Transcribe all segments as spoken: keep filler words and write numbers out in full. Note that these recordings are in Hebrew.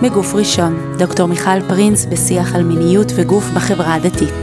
בגוף ראשון, דוקטור מיכל פרינס בשיח על מיניות וגוף בחברה הדתית.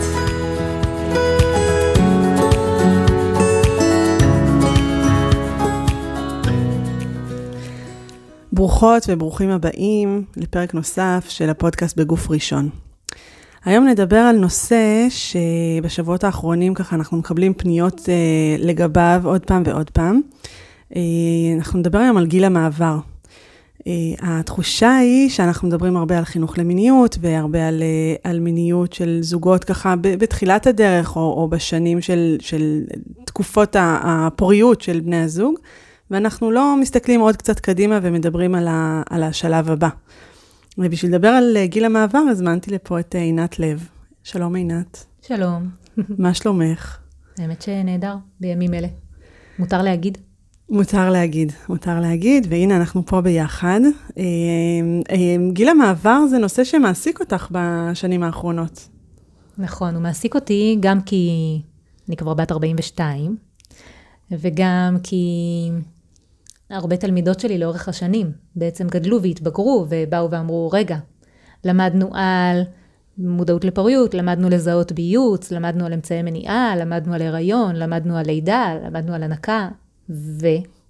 ברוכות וברוכים הבאים לפרק נוסף של הפודקאסט בגוף ראשון. היום נדבר על נושא שבשבועות האחרונים ככה אנחנו מקבלים פניות אה, לגביו עוד פעם ועוד פעם. אה, אנחנו נדבר היום על גיל המעבר. אה, התחושה היא שאנחנו מדברים הרבה על חינוך למיניות והרבה על, אה, על מיניות של זוגות ככה בתחילת הדרך או, או בשנים של, של תקופות הפוריות של בני הזוג. ואנחנו לא מסתכלים עוד קצת קדימה ומדברים על, ה, על השלב הבא. ובשביל לדבר על גיל המעבר, הזמנתי לפה את עינת לב. שלום עינת. שלום. מה שלומך? האמת שנהדר בימים אלה. מותר להגיד? מותר להגיד, מותר להגיד, והנה אנחנו פה ביחד. גיל המעבר זה נושא שמעסיק אותך בשנים האחרונות. נכון, הוא מעסיק אותי גם כי אני כבר בת ארבעים ושתיים, וגם כי הרבה תלמידות שלי לאורך השנים בעצם גדלו והתבגרו ובאו ואמרו, רגע, למדנו על מודעות לפוריות, למדנו לזהות בייעוץ, למדנו על אמצעי מניעה, למדנו על הריון, למדנו על לידה, למדנו על הנקה, ו...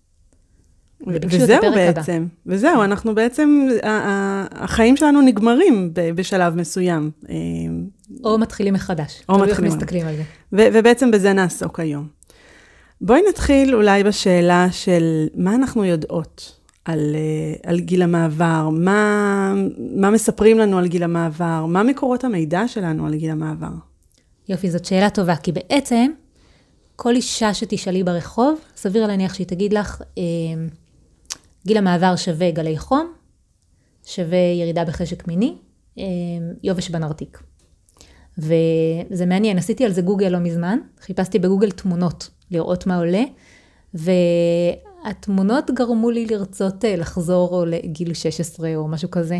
וזהו בעצם, וזהו, אנחנו בעצם, החיים שלנו נגמרים בשלב מסוים. או מתחילים מחדש. או מתחילים. מסתכלים על זה. ובעצם בזה נעסוק היום. בואי נתחיל אולי בשאלה של מה אנחנו יודעות על, על גיל המעבר, מה, מה מספרים לנו על גיל המעבר, מה מקורות המידע שלנו על גיל המעבר? יופי, זאת שאלה טובה, כי בעצם כל אישה שתשאלי ברחוב, סביר להניח שהיא תגיד לך, אה, גיל המעבר שווה גלי חום, שווה ירידה בחשק מיני, אה, יובש בנרתיק. וזה מעניין, עשיתי על זה גוגל לא מזמן, חיפשתי בגוגל תמונות, לראות מה עולה, והתמונות גרמו לי לרצות לחזור לגיל שש עשרה או משהו כזה.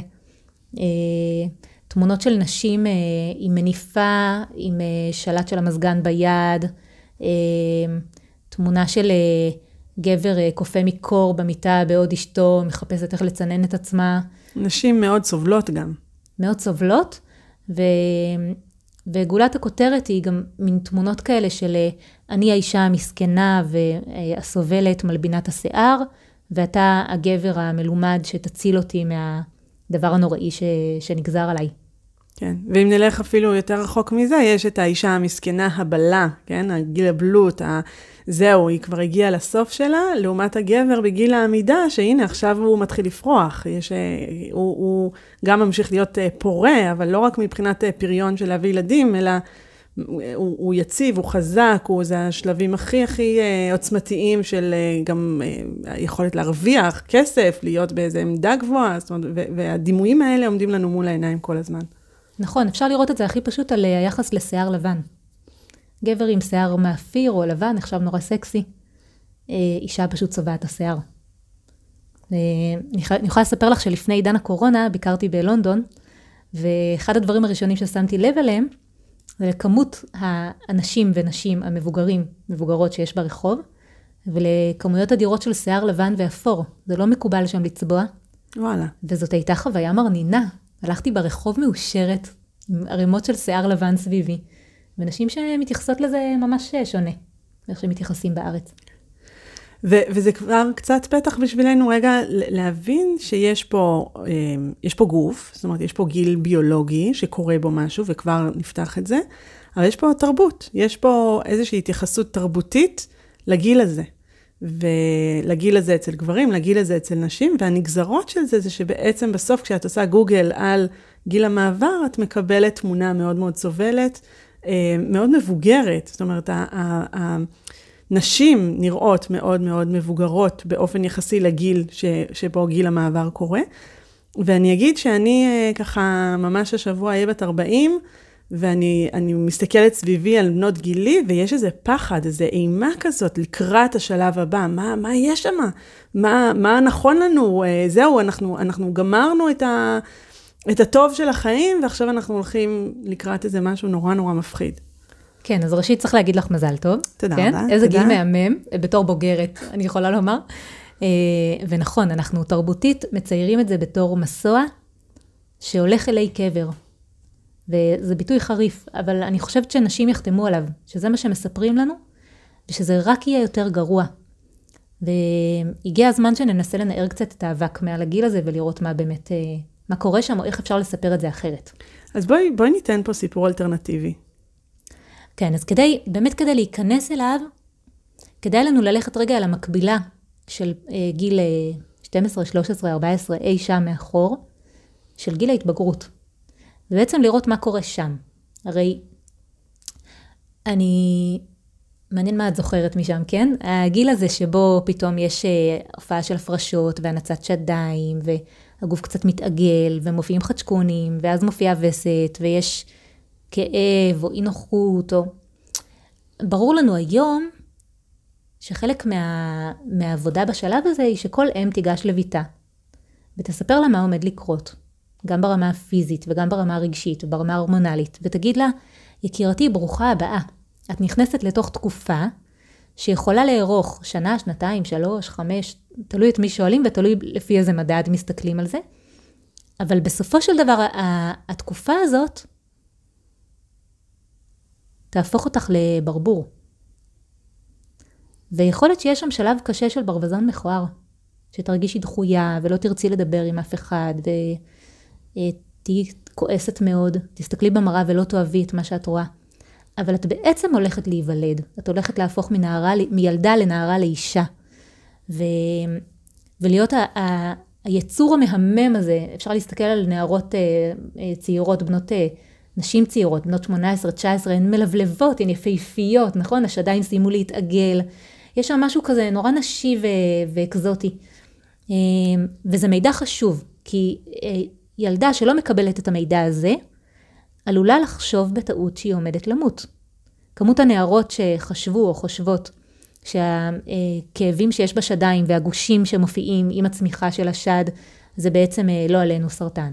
תמונות של נשים עם מניפה, עם שלט של המזגן ביד, תמונה של גבר קופא מקור במיטה בעוד אשתו, מחפשת איך לצנן את עצמה. נשים מאוד סובלות גם. מאוד סובלות, ו... וגולת הכותרת היא גם מין תמונות כאלה של אני האישה המסכנה והסובלת מלבינת השיער, ואתה הגבר המלומד שתציל אותי מהדבר הנוראי ש... שנגזר עליי. כן, ואם נלך אפילו יותר רחוק מזה, יש את האישה המסכנה הבלה, כן, הגיל הבלות, ה... זהו, היא כבר הגיעה לסוף שלה, לעומת הגבר בגיל העמידה, שהנה עכשיו הוא מתחיל לפרוח, יש, הוא, הוא גם ממשיך להיות פורה, אבל לא רק מבחינת פריון של להביא ילדים, אלא הוא, הוא יציב, הוא חזק, הוא, זה השלבים הכי הכי עוצמתיים של גם יכולת להרוויח כסף, להיות באיזה עמדה גבוהה, זאת אומרת, והדימויים האלה עומדים לנו מול העיניים כל הזמן. נכון, אפשר לראות את זה הכי פשוט על היחס לשיער לבן. גבר עם שיער מאפיר או לבן, נחשב נורא סקסי. אישה פשוט צובעה את השיער. אני יכולה לספר לך שלפני עידן הקורונה, ביקרתי בלונדון, ואחד הדברים הראשונים ששמתי לב אליהם, זה לכמות האנשים ונשים המבוגרים, מבוגרות שיש ברחוב, ולכמויות אדירות של שיער לבן ואפור. זה לא מקובל שם לצבוע. וואלה. וזאת הייתה חוויה מרנינה. הלכתי ברחוב מאושרת, עם ערימות של שיער לבן סביבי, ונשים שמתייחסות לזה ממש שונה, איך שמתייחסים בארץ. ו- וזה כבר קצת פתח בשבילנו רגע להבין שיש פה, יש פה גוף, זאת אומרת, יש פה גיל ביולוגי שקורה בו משהו, וכבר נפתח את זה, אבל יש פה תרבות, יש פה איזושהי התייחסות תרבותית לגיל הזה, ולגיל הזה אצל גברים, לגיל הזה אצל נשים, והנגזרות של זה זה שבעצם בסוף כשאת עושה גוגל על גיל המעבר, את מקבלת תמונה מאוד מאוד סובלת, מאוד מבוגרת, זאת אומרת, הנשים נראות מאוד מאוד מבוגרות באופן יחסי לגיל שבו גיל המעבר קורה, ואני אגיד שאני ככה ממש השבוע אהיה בת ארבעים, ואני אני מסתכלת סביבי על בנות גילי, ויש איזה פחד, איזה אימה כזאת לקראת השלב הבא, מה, מה יש שם? מה, מה נכון לנו? זהו, אנחנו, אנחנו גמרנו את, ה, את הטוב של החיים, ועכשיו אנחנו הולכים לקראת איזה משהו נורא נורא מפחיד. כן, אז ראשית צריך להגיד לך מזל טוב. תודה כן? רבה. איזה תודה. גיל מהמם, בתור בוגרת, אני יכולה לומר. ונכון, אנחנו תרבותית מציירים את זה בתור מסוע, שהולך אלי קבר. וזה ביטוי חריף, אבל אני חושבת שנשים יחתמו עליו, שזה מה שמספרים לנו, ושזה רק יהיה יותר גרוע. והגיע הזמן שננסה לנער קצת את האבק מעל הגיל הזה, ולראות מה באמת, מה קורה שם, או איך אפשר לספר את זה אחרת. אז בואי, בואי ניתן פה סיפור אלטרנטיבי. כן, אז כדי, באמת כדי להיכנס אליו, כדאי לנו ללכת רגע על המקבילה של אה, גיל אה, שתים עשרה, שלוש עשרה, ארבע עשרה, אי שם מאחור, של גיל ההתבגרות. ובעצם לראות מה קורה שם. הרי אני, מעניין מה את זוכרת משם, כן? הגיל הזה שבו פתאום יש אה, הופעה של הפרשות והנצת שדיים, והגוף קצת מתעגל, ומופיעים חדשקונים, ואז מופיעה וסת, ויש כאב או אי נוחות, או... ברור לנו היום, שחלק מה, מהעבודה בשלב הזה היא שכל אם תיגש לביתה, ותספר לה מה עומד לקרות, גם ברמה הפיזית וגם ברמה הרגשית וברמה ההורמונלית, ותגיד לה, יקירתי, ברוכה הבאה, את נכנסת לתוך תקופה שיכולה לארוך שנה, שנתיים, שלוש, חמש, תלוי את מי שואלים ותלוי לפי איזה מדד מסתכלים על זה, אבל בסופו של דבר התקופה הזאת תהפוך אותך לברבור. ויכול להיות שיש שם שלב קשה של ברווזון מכוער, שתרגישי דחויה ולא תרצי לדבר עם אף אחד, ותהי כועסת מאוד, תסתכלי במראה ולא תאהבי את מה שאת רואה. אבל את בעצם הולכת להיוולד, את הולכת להפוך מנערה, מילדה לנערה לאישה, ו... ולהיות ה... ה... היצור המהמם הזה, אפשר להסתכל על נערות צעירות, בנות... נשים צעירות, בנות שמונה עשרה תשע עשרה, הן מלבלבות, הן יפהפיות, נכון? השדיים סיימו להתעגל. יש שם משהו כזה נורא נשי ו- ואקזוטי. וזה מידע חשוב, כי ילדה שלא מקבלת את המידע הזה, עלולה לחשוב בטעות שהיא עומדת למות. כמות הנערות שחשבו או חושבות שהכאבים שיש בשדיים והגושים שמופיעים עם הצמיחה של השד, זה בעצם לא עלינו סרטן.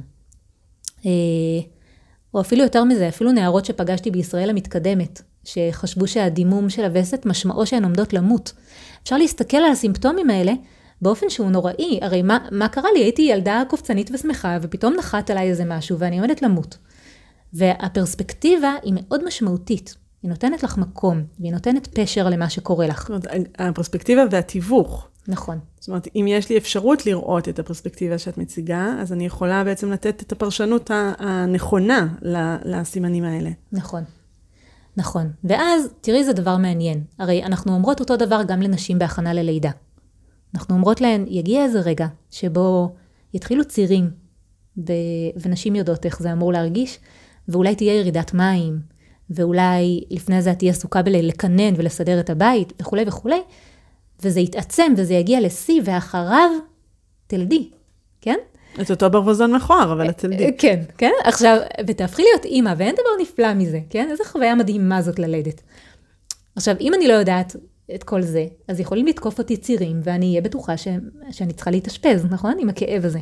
או אפילו יותר מזה, אפילו נערות שפגשתי בישראל המתקדמת, שחשבו שהדימום של הווסת משמעו שהן עומדות למות. אפשר להסתכל על הסימפטומים האלה באופן שהוא נוראי. הרי מה, מה קרה לי? הייתי ילדה קופצנית ושמחה, ופתאום נחת עליי איזה משהו, ואני עומדת למות. והפרספקטיבה היא מאוד משמעותית. היא נותנת לך מקום, והיא נותנת פשר למה שקורה לך. זאת אומרת, הפרספקטיבה והתיווך. נכון. זאת אומרת, אם יש לי אפשרות לראות את הפרספקטיבה שאת מציגה, אז אני יכולה בעצם לתת את הפרשנות הנכונה לסימנים האלה. נכון. נכון. ואז, תראי, זה דבר מעניין. הרי אנחנו אומרות אותו דבר גם לנשים בהכנה ללידה. אנחנו אומרות להן, יגיע איזה רגע שבו יתחילו צירים, ו... ונשים יודעות איך זה אמור להרגיש, ואולי תהיה ירידת מים, ואולי לפני זה תהיה עסוקה בלקנן ולסדר את הבית, וכו' וכו'. וזה יתעצם, וזה יגיע לשיא, ואחריו תלדי, כן? את אותו ברווזון מכוער, אבל את תלדי. כן, כן? עכשיו, ותהפכי להיות אימא, ואין דבר נפלא מזה, כן? איזו חוויה מדהימה זאת ללדת. עכשיו, אם אני לא יודעת את כל זה, אז יכולים לתקוף אותי צירים, ואני אהיה בטוחה ש... שאני צריכה להתאשפז, נכון? עם הכאב הזה.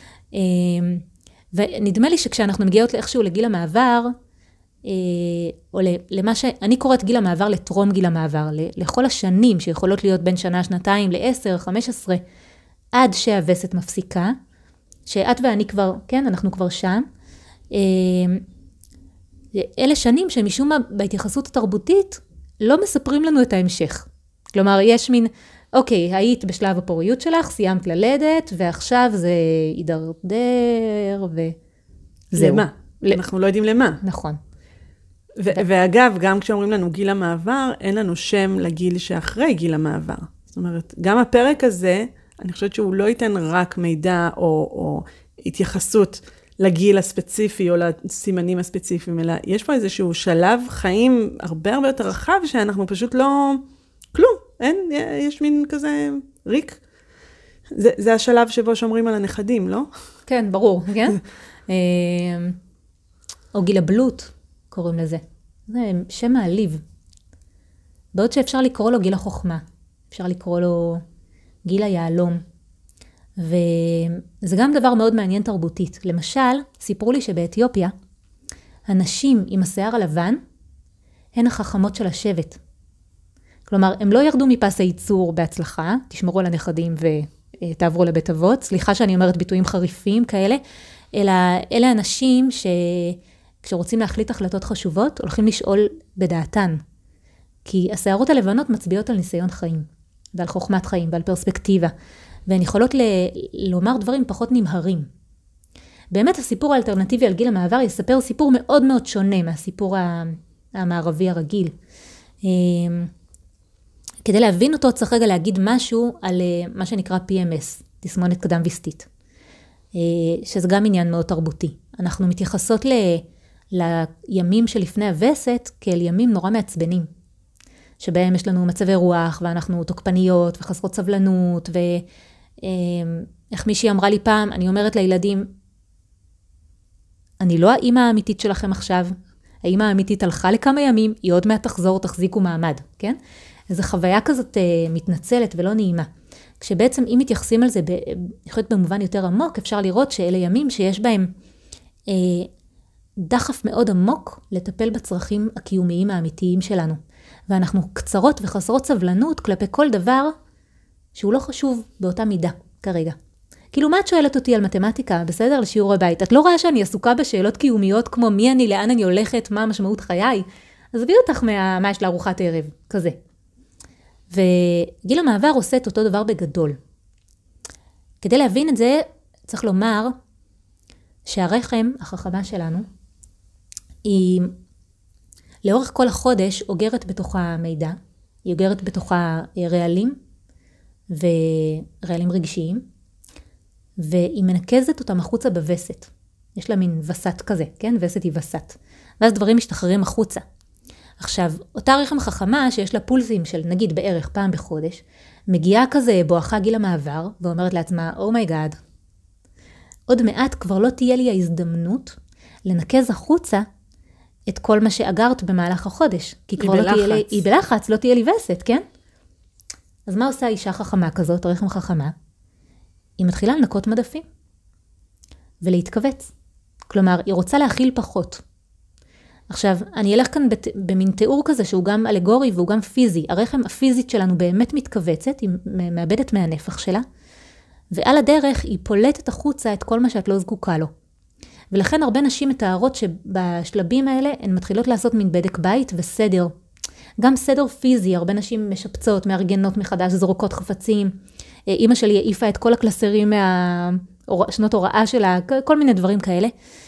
ונדמה לי שכשאנחנו מגיעות לאיכשהו לגיל המעבר, או למה שאני קוראת גיל המעבר לטרום גיל המעבר, לכל השנים שיכולות להיות בין שנה, שנתיים, לעשר, חמש עשרה, עד שהווסת מפסיקה, שאת ואני כבר, כן, אנחנו כבר שם, אלה שנים שמשום מה בהתייחסות התרבותית, לא מספרים לנו את ההמשך. כלומר, יש מין, אוקיי, היית בשלב הפוריות שלך, סיימת ללדת, ועכשיו זה יידרדר, וזהו. למה? אנחנו לא יודעים למה. נכון. ואגב, גם כשאומרים לנו גיל המעבר, אין לנו שם לגיל שאחרי גיל המעבר. זאת אומרת, גם הפרק הזה, אני חושבת שהוא לא ייתן רק מידע או, או התייחסות לגיל הספציפי או לסימנים הספציפיים, אלא יש פה איזשהו שלב חיים הרבה הרבה יותר רחב, שאנחנו פשוט לא, כלום, אין, יש מין כזה ריק. זה, זה השלב שבו שומרים על הנכדים, לא? כן, ברור, כן? או גיל הבלוט. קוראים לזה. זה שם מעליב. בעוד שאפשר לקרוא לו גיל החוכמה. אפשר לקרוא לו גיל היעלום. וזה גם דבר מאוד מעניין תרבותית. למשל, סיפרו לי שבאתיופיה, הנשים עם השיער הלבן, הן החכמות של השבט. כלומר, הם לא ירדו מפס הייצור בהצלחה, תשמרו על הנכדים ותעברו לבית אבות. סליחה שאני אומרת ביטויים חריפים כאלה. אלא אלה אנשים שכשרוצים להחליט החלטות חשובות, הולכים לשאול בדעתן. כי השערות הלבנות מצביעות על ניסיון חיים, ועל חוכמת חיים, ועל פרספקטיבה, והן יכולות ל- לומר דברים פחות נמהרים. באמת הסיפור האלטרנטיבי על גיל המעבר יספר סיפור מאוד מאוד שונה מהסיפור המערבי הרגיל. כדי להבין אותו צריך רגע להגיד משהו על מה שנקרא פי אם אס, תסמונת קדם וסתית, שזה גם עניין מאוד תרבותי. אנחנו מתייחסות ל... לימים שלפני הווסת כאל ימים נורא מעצבנים, שבהם יש לנו מצבי רוח ואנחנו תוקפניות וחסרות סבלנות, ואיך מישהי אמרה לי פעם, אני אומרת לילדים, אני לא האמא האמיתית שלכם עכשיו, האמא האמיתית הלכה לכמה ימים, היא עוד מעט תחזור, תחזיקו מעמד, כן? איזו חוויה כזאת אה, מתנצלת ולא נעימה. כשבעצם אם מתייחסים על זה, יכולת במובן יותר עמוק, אפשר לראות שאלה ימים שיש בהם אה, דחף מאוד עמוק לטפל בצרכים הקיומיים האמיתיים שלנו. ואנחנו קצרות וחסרות סבלנות כלפי כל דבר שהוא לא חשוב באותה מידה כרגע. כאילו מה את שואלת אותי על מתמטיקה, בסדר? לשיעור הבית. את לא רואה שאני עסוקה בשאלות קיומיות כמו מי אני, לאן אני הולכת, מה המשמעות חיי? אז הביאו אותך מה, מה יש לארוחת ערב, כזה. וגיל המעבר עושה את אותו דבר בגדול. כדי להבין את זה, צריך לומר שהרחם, החכמה שלנו, היא לאורך כל החודש אוגרת בתוכה מידע, היא אוגרת בתוכה רעלים ורעלים רגשיים, והיא מנקזת אותם החוצה בווסת. יש לה מין וסת כזה, כן? וסת היא וסת. ואז דברים משתחררים החוצה. עכשיו, אותה רחם חכמה שיש לה פולסים של נגיד בערך פעם בחודש, מגיעה כזה בואכה גיל המעבר, ואומרת לעצמה, אומייגאד, עוד מעט כבר לא תהיה לי ההזדמנות לנקז החוצה את כל מה שאגרת במהלך החודש. כי כבר לא תהיה לי, היא בלחץ, לא תהיה לי וסת, כן? אז מה עושה אישה חכמה כזאת, רחם חכמה? היא מתחילה לנקות מדפים ולהתכווץ. כלומר, היא רוצה להכיל פחות. עכשיו, אני אלך כאן בת, במין תיאור כזה שהוא גם אלגורי והוא גם פיזי. הרחם הפיזית שלנו באמת מתכווצת, היא מאבדת מהנפח שלה, ועל הדרך היא פולטת החוצה את כל מה שאת לא זקוקה לו. ולכן הרבה נשים מתארות שבשלבים האלה הן מתחילות לעשות מין בדק בית וסדר. גם סדר פיזי, הרבה נשים משפצות, מארגנות מחדש, זורקות חפצים. אמא שלי העיפה את כל הקלסרים מהשנות הוראה שלה, כל מיני דברים כאלה.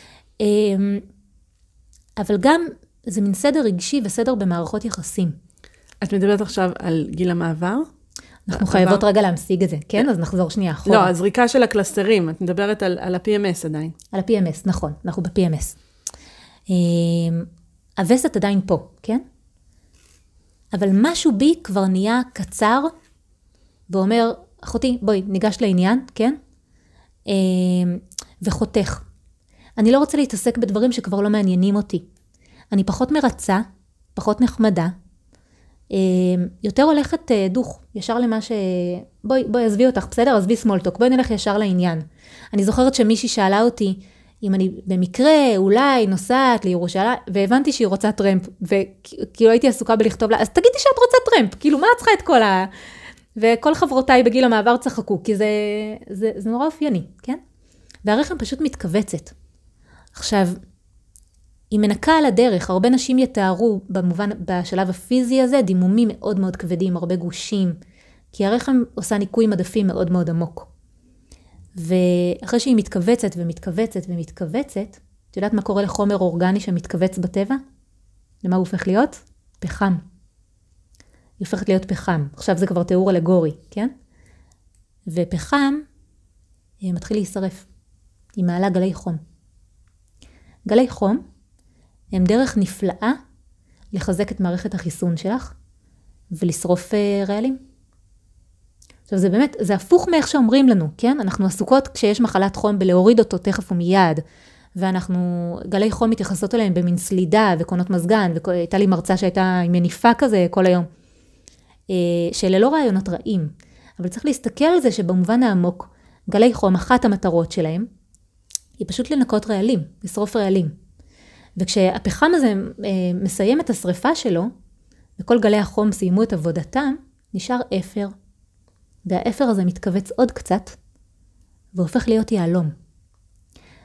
אבל גם זה מין סדר רגשי וסדר במערכות יחסים. את מדברת עכשיו על גיל המעבר? אנחנו חייבות רגע להמשיג את זה, כן? אז נחזור שנייה אחורה. לא, הזריקה של הקלסטרים, את מדברת על, על ה-פי אם אס עדיין. על ה-פי אם אס, נכון, אנחנו ב-פי אם אס. הווסת עדיין פה, כן? אבל משהו בי כבר נהיה קצר, ואומר, אחותי, בואי, ניגש לעניין, כן? וחותך. אני לא רוצה להתעסק בדברים שכבר לא מעניינים אותי. אני פחות מרצה, פחות נחמדה, יותר הולכת דוך, ישר למה ש... בואי, בואי, עזבי אותך, בסדר? עזבי סמולטוק, בואי נלך ישר לעניין. אני זוכרת שמישהי שאלה אותי, אם אני במקרה, אולי, נוסעת לירושלים, והבנתי שהיא רוצה טרמפ, וכאילו הייתי עסוקה בלכתוב לה, אז תגידי שאת רוצה טרמפ, כאילו מה את צריכה את כל ה... וכל חברותיי בגיל המעבר צחקו, כי זה, זה, זה נורא אופייני, כן? והרחם פשוט מתכווצת. עכשיו, היא מנקה על הדרך, הרבה נשים יתארו במובן, בשלב הפיזי הזה, דימומים מאוד מאוד כבדים, הרבה גושים, כי הרחם עושה ניקוי מדפים מאוד מאוד עמוק. ואחרי שהיא מתכווצת ומתכווצת ומתכווצת, את יודעת מה קורה לחומר אורגני שמתכווץ בטבע? למה הוא הופך להיות? פחם. היא הופכת להיות פחם. עכשיו זה כבר תיאור אלגורי, כן? ופחם מתחיל להישרף. היא מעלה גלי חום. גלי חום הם דרך נפלאה לחזק את מערכת החיסון שלך ולשרוף רעלים. עכשיו זה באמת, זה הפוך מאיך שאומרים לנו, כן? אנחנו עסוקות כשיש מחלת חום בלהוריד אותו תכף ומיד, ואנחנו, גלי חום מתייחסות אליהם במין סלידה וקונות מזגן, והייתה לי מרצה שהייתה עם מניפה כזה כל היום, שאלה לא רעיונות רעים, אבל צריך להסתכל על זה שבמובן העמוק, גלי חום, אחת המטרות שלהם, היא פשוט לנקות רעלים, לשרוף רעלים. וכשהפחם הזה מסיים את השריפה שלו, וכל גלי החום סיימו את עבודתם, נשאר אפר. והאפר הזה מתכווץ עוד קצת, והופך להיות יעלום.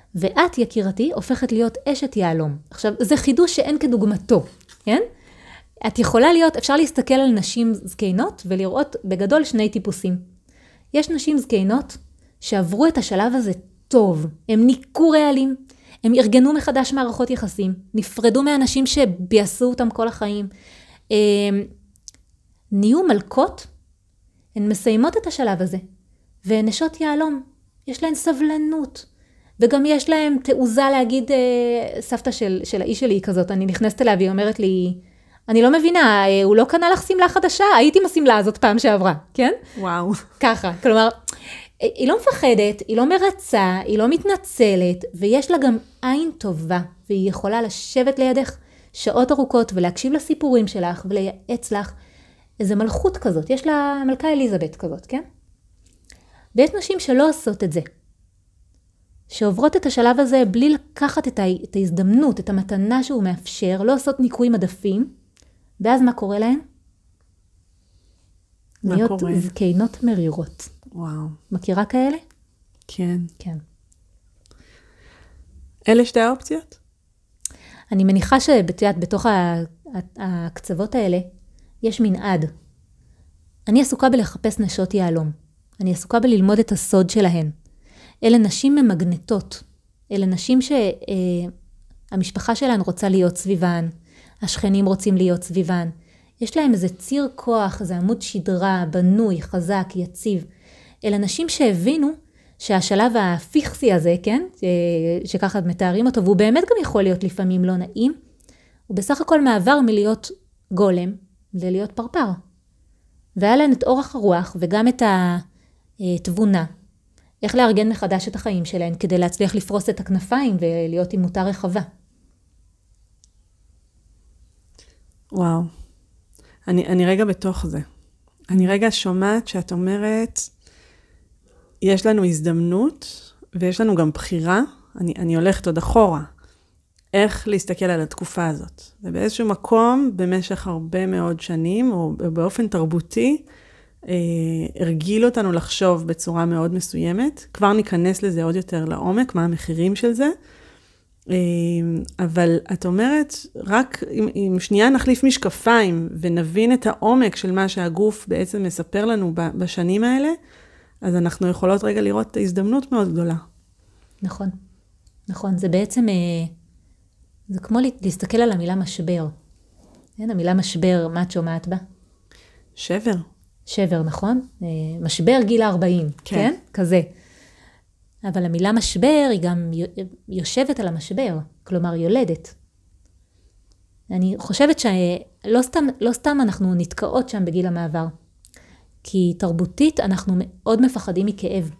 ואת, יקירתי, הופכת להיות אשת יהלום. עכשיו, זה חידוש שאין כדוגמתו, כן? את יכולה להיות, אפשר להסתכל על נשים זקנות ולראות בגדול שני טיפוסים. יש נשים זקנות שעברו את השלב הזה טוב, הם ניקו רעלים, הם ארגנו מחדש מערכות יחסים, נפרדו מאנשים שביאסו אותם כל החיים, הם נהיו מלכות, הן מסיימות את השלב הזה, והן נשות יהלום, יש להן סבלנות, וגם יש להן תעוזה להגיד, סבתא של, של האיש שלי היא כזאת, אני נכנסת אליה והיא אומרת לי, אני לא מבינה, הוא לא קנה לך סמלה חדשה, הייתי עם הסמלה הזאת פעם שעברה, כן? וואו. ככה, כלומר, היא לא מפחדת, היא לא מרצה, היא לא מתנצלת, ויש לה גם עין טובה, והיא יכולה לשבת לידך שעות ארוכות, ולהקשיב לסיפורים שלך, ולייעץ לך, איזו מלכות כזאת, יש לה מלכה אליזבת כזאת, כן? ויש נשים שלא עושות את זה, שעוברות את השלב הזה בלי לקחת את, ה- את ההזדמנות, את המתנה שהוא מאפשר, לא עושות ניקוי מדפים, ואז מה קורה להן? מה להיות קורה? זקנות מרירות. וואו. מכירה כאלה? כן. כן. אלה שתי האופציות? אני מניחה שבתיאת, בתוך הקצוות האלה, יש מנעד. אני עסוקה בלחפש נשות יהלום. אני עסוקה בללמוד את הסוד שלהן. אלה נשים ממגנטות. אלה נשים שהמשפחה שלהן רוצה להיות סביבן. השכנים רוצים להיות סביבן. יש להם איזה ציר כוח, איזה עמוד שדרה, בנוי, חזק, יציב. אלה נשים שהבינו שהשלב הפיכסי הזה, כן? שככה מתארים אותו, והוא באמת גם יכול להיות לפעמים לא נעים, הוא בסך הכל מעבר מלהיות גולם, ללהיות פרפר. והיה להם את אורך הרוח וגם את התבונה. איך לארגן מחדש את החיים שלהם כדי להצליח לפרוס את הכנפיים ולהיות עם מותה רחבה. וואו. אני, אני רגע בתוך זה. אני רגע שומעת שאת אומרת, יש לנו הזדמנות, ויש לנו גם בחירה, אני, אני הולכת עוד אחורה, איך להסתכל על התקופה הזאת. ובאיזשהו מקום, במשך הרבה מאוד שנים, או באופן תרבותי, אה, הרגיל אותנו לחשוב בצורה מאוד מסוימת, כבר ניכנס לזה עוד יותר לעומק, מה המחירים של זה, אה, אבל את אומרת, רק אם, אם שנייה נחליף משקפיים, ונבין את העומק של מה שהגוף בעצם מספר לנו בשנים האלה, אז אנחנו יכולות רגע לראות את ההזדמנות מאוד גדולה. נכון, נכון. זה בעצם, זה כמו להסתכל על המילה משבר. כן, המילה משבר, מה את שומעת בה? שבר. שבר, נכון? משבר גיל ארבעים, כן. כן? כזה. אבל המילה משבר היא גם יושבת על המשבר, כלומר יולדת. אני חושבת שלא סתם, לא סתם אנחנו נתקעות שם בגיל המעבר. כי תרבותית אנחנו מאוד מפחדים מכאב.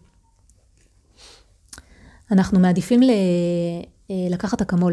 אנחנו מעדיפים ל... לקחת אקמול,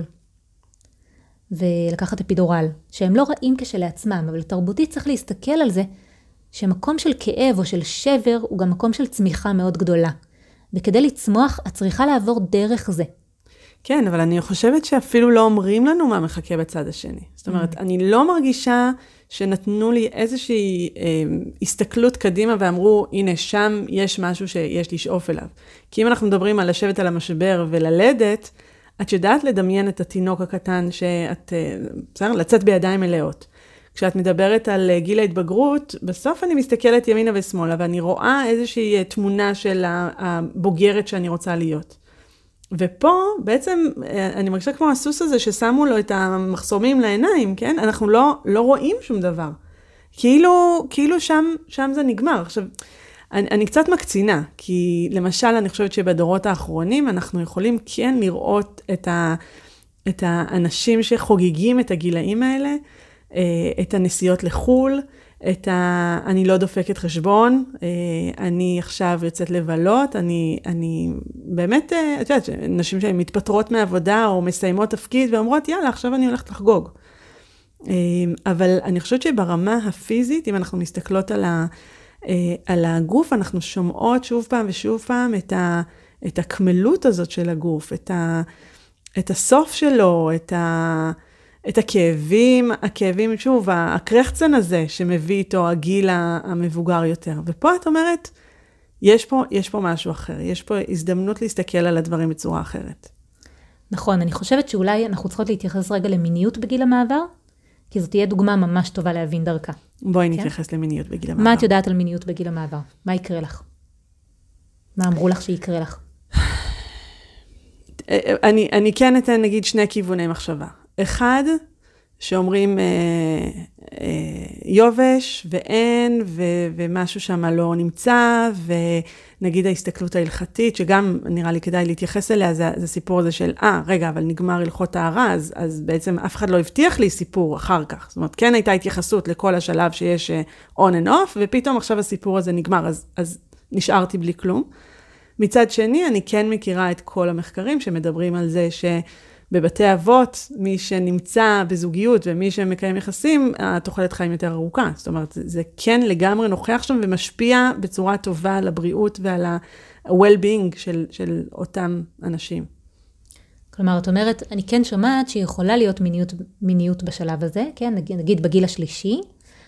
ולקחת אפידורל, שהם לא רעים כשלעצמם, אבל תרבותית צריך להסתכל על זה, שמקום של כאב או של שבר, הוא גם מקום של צמיחה מאוד גדולה. וכדי לצמוח, את צריכה לעבור דרך זה. כן, אבל אני חושבת שאפילו לא אומרים לנו מה מחכה בצד השני. זאת אומרת, mm. אני לא מרגישה שנתנו לי איזושהי אה, הסתכלות קדימה ואמרו, הנה, שם יש משהו שיש לשאוף אליו. כי אם אנחנו מדברים על לשבת על המשבר וללדת, את יודעת לדמיין את התינוק הקטן שאת, אה, בסדר, לצאת בידיים מלאות. כשאת מדברת על גיל ההתבגרות, בסוף אני מסתכלת ימינה ושמאלה, ואני רואה איזושהי תמונה של הבוגרת שאני רוצה להיות. ופה בעצם אני מרגישה כמו הסוס הזה ששמו לו את המחסומים לעיניים, כן? אנחנו לא, לא רואים שום דבר. כאילו, כאילו שם, שם זה נגמר. עכשיו, אני, אני קצת מקצינה, כי למשל אני חושבת שבדורות האחרונים אנחנו יכולים כן לראות את, ה, את האנשים שחוגגים את הגילאים האלה, את הנסיעות לחול, את ה... אני לא דופקת חשבון, אני עכשיו יוצאת לבלות, אני, אני באמת, את יודעת, נשים שהן מתפטרות מעבודה או מסיימות תפקיד ואומרות, יאללה, עכשיו אני הולכת לחגוג. אבל אני חושבת שברמה הפיזית, אם אנחנו מסתכלות על, ה... על הגוף, אנחנו שומעות שוב פעם ושוב פעם את, ה... את הכמלות הזאת של הגוף, את, ה... את הסוף שלו, את ה... את הכאבים, הכאבים, שוב, הקרחצן הזה שמביא איתו הגיל המבוגר יותר. ופה את אומרת, יש פה, יש פה משהו אחר, יש פה הזדמנות להסתכל על הדברים בצורה אחרת. נכון, אני חושבת שאולי אנחנו צריכות להתייחס רגע למיניות בגיל המעבר, כי זאת תהיה דוגמה ממש טובה להבין דרכה. בואי נתייחס למיניות בגיל המעבר. מה את יודעת על מיניות בגיל המעבר? מה יקרה לך? מה אמרו לך שיקרה לך? אני, אני כן אתן נגיד שני כיווני מחשבה. אחד, שאומרים אה, אה, יובש ואין, ו, ומשהו שם לא נמצא, ונגיד ההסתכלות ההלכתית, שגם נראה לי כדאי להתייחס אליה, זה, זה סיפור הזה של, אה, רגע, אבל נגמר הלכות הערה, אז, אז בעצם אף אחד לא הבטיח לי סיפור אחר כך. זאת אומרת, כן הייתה התייחסות לכל השלב שיש on and off, ופתאום עכשיו הסיפור הזה נגמר, אז, אז נשארתי בלי כלום. מצד שני, אני כן מכירה את כל המחקרים שמדברים על זה שבבתי אבות, מי שנמצא בזוגיות ומי שמקיים יחסים, התוחלת חיים יותר ארוכה. זאת אומרת, זה כן לגמרי נוכח שם ומשפיע בצורה טובה על הבריאות ועל ה-well-being של, של אותם אנשים. כלומר, את אומרת, אני כן שומעת שיכולה להיות מיניות, מיניות בשלב הזה, כן? נגיד, נגיד בגיל השלישי,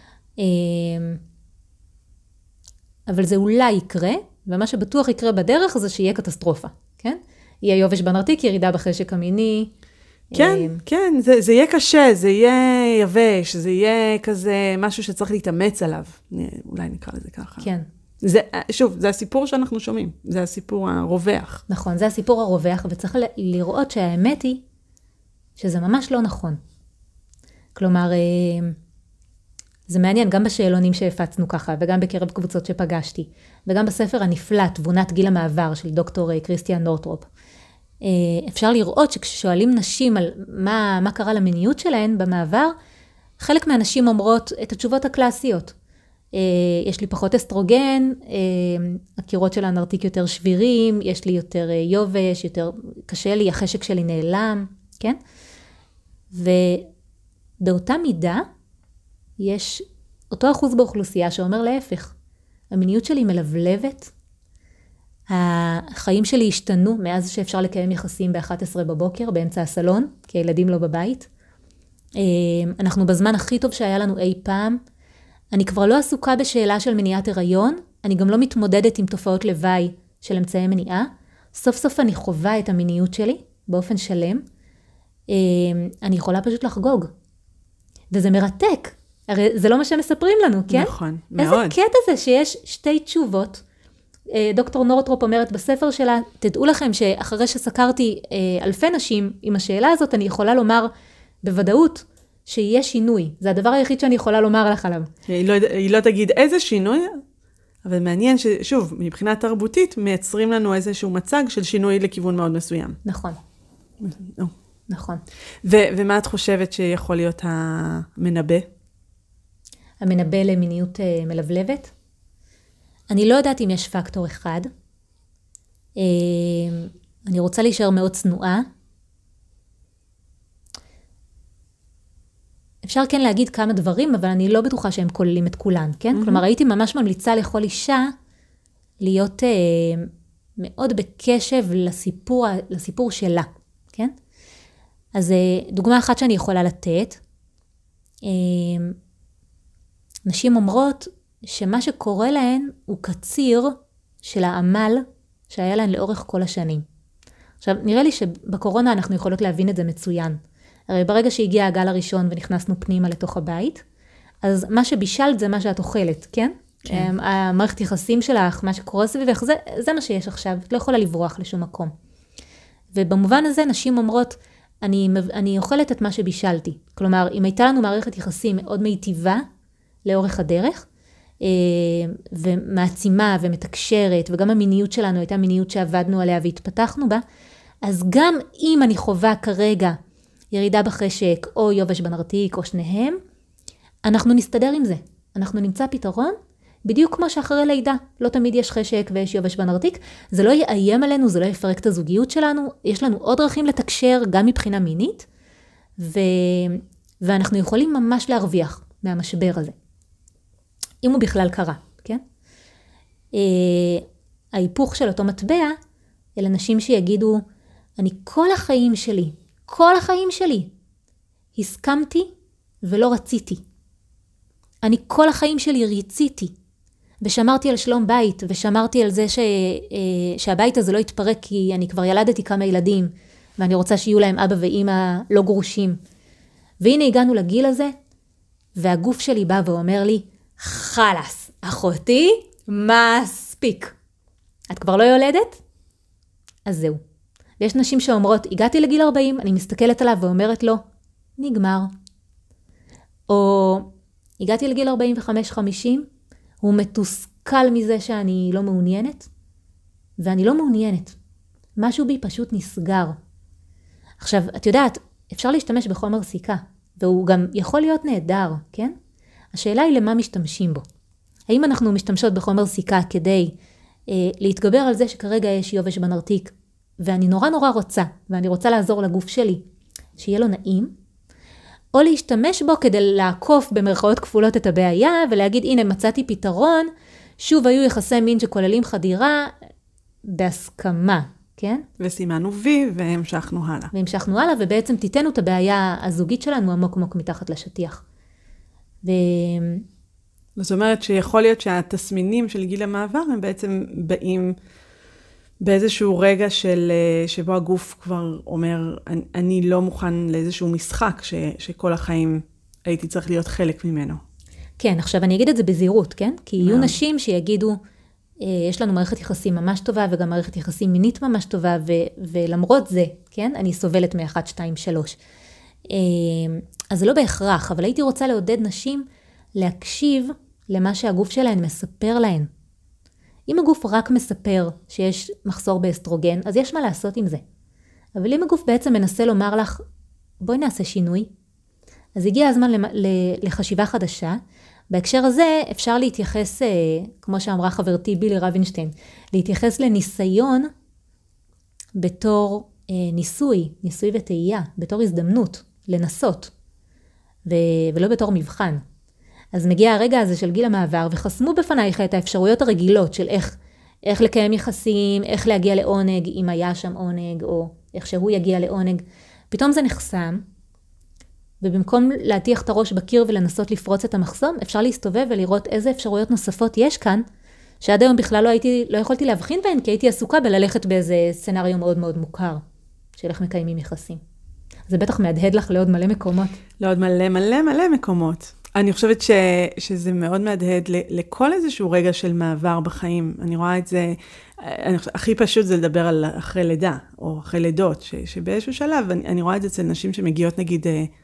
אבל זה אולי יקרה, ומה שבטוח יקרה בדרך זה שיהיה קטסטרופה, כן? יהיה יובש בנרתיק, ירידה בחשק המיני. כן, כן, זה, זה יהיה קשה, זה יהיה יבש, זה יהיה כזה משהו שצריך להתאמץ עליו. אולי נקרא לזה ככה. כן. זה, שוב, זה הסיפור שאנחנו שומעים, זה הסיפור הרווח. נכון, זה הסיפור הרווח, וצריך לראות שהאמת היא שזה ממש לא נכון. כלומר, זה מעניין, גם בשאלונים שהפצנו ככה, וגם בקרב קבוצות שפגשתי, וגם בספר הנפלא, תבונת גיל המעבר של דוקטור קריסטיאן נורטרופ. אפשר לראות שכששואלים נשים על מה, מה קרה למיניות שלהן במעבר, חלק מהנשים אומרות את התשובות הקלאסיות. יש לי פחות אסטרוגן, הקירות של הנרתיק יותר שבירים, יש לי יותר יובש, יותר קשה לי, החשק שלי נעלם, כן? ובאותה מידה, יש אותו אחוז באוכלוסייה שאומר להפך. המיניות שלי מלבלבת, החיים שלי השתנו מאז שאפשר לקיים יחסים ב-אחת עשרה בבוקר באמצע הסלון, כי הילדים לא בבית. אנחנו בזמן הכי טוב שהיה לנו אי פעם. אני כבר לא עסוקה בשאלה של מניעת הריון, אני גם לא מתמודדת עם תופעות לוואי של אמצעי מניעה. סוף סוף אני חווה את המיניות שלי באופן שלם. אני יכולה פשוט לחגוג. וזה מרתק. הרי זה לא מה שמספרים לנו, כן? נכון, מאוד. איזה קטע זה שיש שתי תשובות. דוקטור נורטרופ אומרת בספר שלה, תדעו לכם שאחרי שסקרתי אלפי נשים עם השאלה הזאת, אני יכולה לומר בוודאות שיהיה שינוי. זה הדבר היחיד שאני יכולה לומר לך עליו. היא לא, היא לא תגיד איזה שינוי, אבל מעניין ששוב, מבחינה תרבותית, מייצרים לנו איזשהו מצג של שינוי לכיוון מאוד מסוים. נכון. או. נכון. ו- ומה את חושבת שיכול להיות המנבא? המנבא למיניות מלבלבת? אני לא יודעת אם יש פקטור אחד. אני רוצה להישאר מאוד צנועה. אפשר כן להגיד כמה דברים, אבל אני לא בטוחה שהם כוללים את כולן, כן? Mm-hmm. כלומר, הייתי ממש ממליצה לכל אישה להיות אה, מאוד בקשב לסיפור, לסיפור שלה, כן? אז אה, דוגמה אחת שאני יכולה לתת, אה, נשים אומרות שמה שקורה להן הוא קציר של העמל שהיה להן לאורך כל השנים. עכשיו, נראה לי שבקורונה אנחנו יכולות להבין את זה מצוין. הרי ברגע שהגיע הגל הראשון ונכנסנו פנימה לתוך הבית, אז מה שבישלת זה מה שאת אוכלת, כן? כן. המערכת יחסים שלך, מה שקורה סביבך, זה, זה מה שיש עכשיו, את לא יכולה לברוח לשום מקום. ובמובן הזה נשים אומרות, אני, אני אוכלת את מה שבישלתי. כלומר, אם הייתה לנו מערכת יחסים מאוד מיטיבה לאורך הדרך, ומעצימה ומתקשרת, וגם המיניות שלנו הייתה מיניות שעבדנו עליה והתפתחנו בה, אז גם אם אני חווה כרגע ירידה בחשק או יובש בנרתיק או שניהם, אנחנו נסתדר עם זה. אנחנו נמצא פתרון, בדיוק כמו שאחרי לידה. לא תמיד יש חשק ויש יובש בנרתיק. זה לא יאיים עלינו, זה לא יפרק את הזוגיות שלנו. יש לנו עוד דרכים לתקשר גם מבחינה מינית, ו... ואנחנו יכולים ממש להרוויח מהמשבר הזה. אם הוא בכלל קרה, כן? ההיפוך של אותו מטבע, אלה נשים שיגידו, אני כל החיים שלי, כל החיים שלי, הסכמתי ולא רציתי. אני כל החיים שלי רציתי, ושמרתי על שלום בית, ושמרתי על זה ש, שהבית הזה לא יתפרק, כי אני כבר ילדתי כמה ילדים, ואני רוצה שיהיו להם אבא ואמא לא גרושים. והנה הגענו לגיל הזה, והגוף שלי בא ואומר לי, חלס, אחותי, מספיק. את כבר לא יולדת? אז זהו. ויש נשים שאומרות, הגעתי לגיל ארבעים, אני מסתכלת עליו ואומרת לו, נגמר. או הגעתי לגיל ארבעים וחמש חמישים, הוא מתוסכל מזה שאני לא מעוניינת, ואני לא מעוניינת. משהו בי פשוט נסגר. עכשיו, את יודעת, אפשר להשתמש בחומר סיכה, והוא גם יכול להיות נהדר, כן? השאלה היא למה משתמשים בו. האם אנחנו משתמשות בחומר סיכה כדי אה, להתגבר על זה שכרגע יש יובש בנרתיק, ואני נורא נורא רוצה, ואני רוצה לעזור לגוף שלי, שיהיה לו נעים, או להשתמש בו כדי לעקוף במרכאות כפולות את הבעיה, ולהגיד, הנה מצאתי פתרון, שוב היו יחסי מין שכוללים חדירה, בהסכמה, כן? וסימנו וי והמשכנו הלאה. והמשכנו הלאה, ובעצם תיתנו את הבעיה הזוגית שלנו עמוק עמוק מתחת לשטיח. ו... זאת אומרת שיכול להיות שהתסמינים של גיל המעבר הם בעצם באים באיזשהו רגע של, שבו הגוף כבר אומר, אני, אני לא מוכן לאיזשהו משחק ש, שכל החיים הייתי צריך להיות חלק ממנו. כן, עכשיו אני אגיד את זה בזהירות, כן? כי יהיו נשים שיגידו, יש לנו מערכת יחסים ממש טובה, וגם מערכת יחסים מינית ממש טובה, ו, ולמרות זה, כן? אני סובלת מ-אחת, שתיים, שלוש. אז זה לא בהכרח, אבל הייתי רוצה לעודד נשים להקשיב למה שהגוף שלהן מספר להן. אם הגוף רק מספר שיש מחסור באסטרוגן, אז יש מה לעשות עם זה. אבל אם הגוף בעצם מנסה לומר לך, בואי נעשה שינוי, אז הגיע הזמן לחשיבה חדשה. בהקשר הזה אפשר להתייחס, כמו שאמרה חברתי בילי רבינשטיין, להתייחס לניסיון בתור ניסוי, ניסוי וטעייה, בתור הזדמנות, לנסות, ו- ולא בתור מבחן. אז מגיע הרגע הזה של גיל המעבר, וחסמו בפנייך את האפשרויות הרגילות של איך, איך לקיים יחסים, איך להגיע לעונג, אם היה שם עונג, או איך שהוא יגיע לעונג. פתאום זה נחסם, ובמקום להטיח את הראש בקיר ולנסות לפרוץ את המחסום, אפשר להסתובב ולראות איזה אפשרויות נוספות יש כאן, שעד היום בכלל לא, הייתי, לא יכולתי להבחין בהן, כי הייתי עסוקה בללכת באיזה סצנריו מאוד מאוד מוכר, של איך מקיימים יחסים. זה בטח מהדהד לך לעוד מלא מקומות. לעוד מלא מלא מלא מקומות. אני חושבת ש, שזה מאוד מהדהד לכל איזשהו רגע של מעבר בחיים. אני רואה את זה, אני חושבת, הכי פשוט זה לדבר על אחרי לידה, או אחרי לידות, ש, שבאיזשהו שלב, אני, אני רואה את זה אצל נשים שמגיעות נגיד,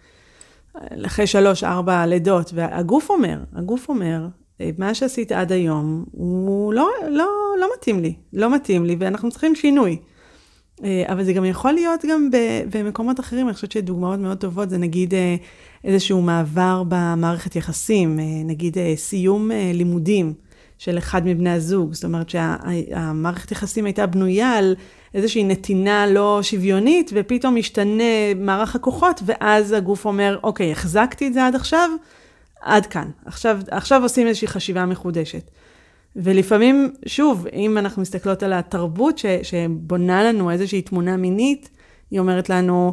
אחרי שלוש, ארבע לידות, והגוף אומר, הגוף אומר, מה שעשית עד היום, הוא לא, לא, לא מתאים לי, לא מתאים לי, ואנחנו צריכים שינוי. אבל זה גם יכול להיות גם במקומות אחרים, אני חושבת שדוגמאות מאוד טובות, זה נגיד איזשהו מעבר במערכת יחסים, נגיד סיום לימודים של אחד מבני הזוג, זאת אומרת שהמערכת יחסים הייתה בנויה על איזושהי נתינה לא שוויונית, ופתאום משתנה מערך הכוחות, ואז הגוף אומר, אוקיי, החזקתי את זה עד עכשיו, עד כאן. עכשיו, עכשיו עושים איזושהי חשיבה מחודשת. ולפעמים, שוב, אם אנחנו מסתכלות על התרבות ש, שבונה לנו איזושהי תמונה מינית, היא אומרת לנו,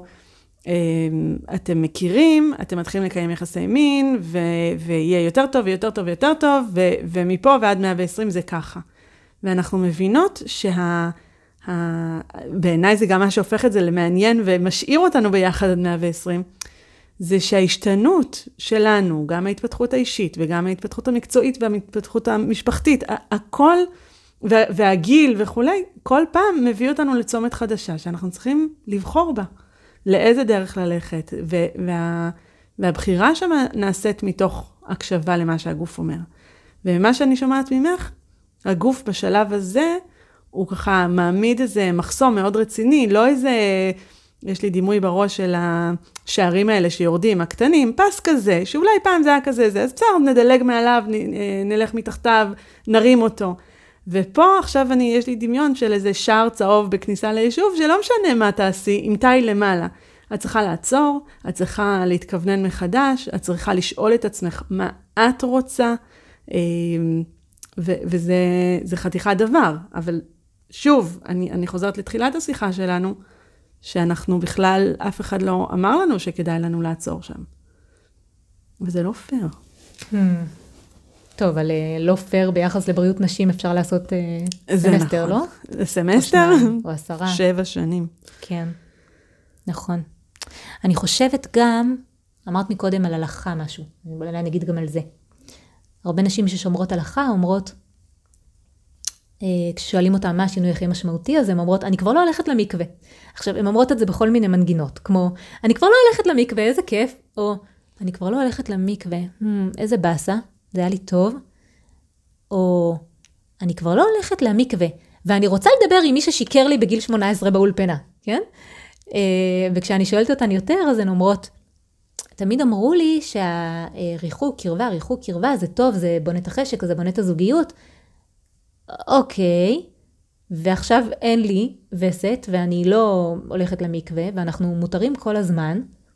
אתם מכירים, אתם מתחילים לקיים יחסי מין, ו, ויהיה יותר טוב ויותר טוב ויותר טוב, ו, ומפה ועד מאה ועשרים זה ככה. ואנחנו מבינות שה... ה... בעיניי זה גם מה שהופך את זה למעניין ומשאיר אותנו ביחד עד מאה ועשרים, זה שההשתנות שלנו, גם ההתפתחות האישית וגם ההתפתחות המקצועית וההתפתחות המשפחתית, הכל, והגיל וכולי, כל פעם מביא אותנו לצומת חדשה, שאנחנו צריכים לבחור בה, לאיזה דרך ללכת, וה, והבחירה שם נעשית מתוך הקשבה למה שהגוף אומר. ומה שאני שומעת ממך, הגוף בשלב הזה, הוא ככה מעמיד איזה מחסום מאוד רציני, לא איזה, יש לי דימוי בראש של השערים האלה שיורדים, הקטנים, פס כזה, שאולי פעם זה היה כזה, זה, אז בסדר, נדלג מעליו, נלך מתחתיו, נרים אותו. ופה עכשיו אני, יש לי דמיון של איזה שער צהוב בכניסה ליישוב, שלא משנה מה תעשי, עם תאי למעלה. את צריכה לעצור, את צריכה להתכוונן מחדש, את צריכה לשאול את עצמך מה את רוצה, ו- וזה זה חתיכת דבר. אבל שוב, אני, אני חוזרת לתחילת השיחה שלנו, שאנחנו בכלל, אף אחד לא אמר לנו שכדאי לנו לעצור שם. וזה לא פייר. Hmm. טוב, אבל לא פייר ביחס לבריאות נשים אפשר לעשות סמסטר, נכון. לא? סמסטר? או עשרה. שבע שנים. כן. נכון. אני חושבת גם, אמרת מקודם על הלכה משהו, אולי נגיד גם על זה. הרבה נשים ששומרות הלכה אומרות, כששואלים אותם מה השינוי הכי משמעותי, אז הן אומרות, אני כבר לא הולכת למקווה. עכשיו, הן אומרות את זה בכל מיני מנגינות, כמו, אני כבר לא הולכת למקווה, איזה כיף, או, אני כבר לא הולכת למקווה, hmm, איזה בסה, זה היה לי טוב, או, אני כבר לא הולכת למקווה, ואני רוצה לדבר עם מי ששיקר לי בגיל שמונה עשרה באולפנה, כן? וכשאני שואלת אותן יותר, אז הן אומרות, תמיד אמרו לי שהריחוק קרבה, ריחוק קרבה, זה טוב, זה בונה את החשק, זה בונה את הזוגיות, אוקיי, ועכשיו אין לי וסת, ואני לא הולכת למקווה, ואנחנו מותרים כל הזמן,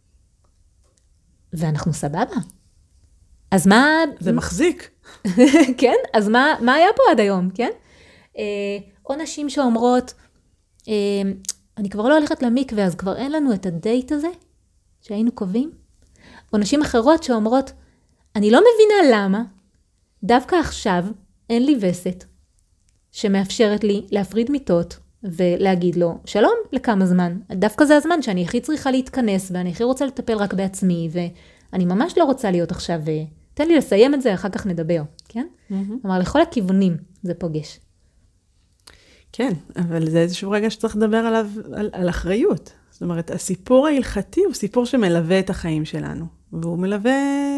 ואנחנו סבבה. אז מה... זה מחזיק. כן? אז מה, מה היה פה עד היום, כן? או נשים שאומרות, אני כבר לא הולכת למקווה, אז כבר אין לנו את הדייט הזה, שהיינו קובעים. או נשים אחרות שאומרות, אני לא מבינה למה, דווקא עכשיו אין לי וסת, שמאפשרת לי להפריד מיטות, ולהגיד לו, שלום לכמה זמן. דווקא זה הזמן שאני הכי צריכה להתכנס, ואני הכי רוצה לטפל רק בעצמי, ואני ממש לא רוצה להיות עכשיו, תן לי לסיים את זה, אחר כך נדבר, כן? כלומר, לכל הכיוונים זה פוגש. כן, אבל זה איזשהו רגע שצריך לדבר עליו, על, על אחריות. זאת אומרת, הסיפור ההלכתי הוא סיפור שמלווה את החיים שלנו, והוא מלווה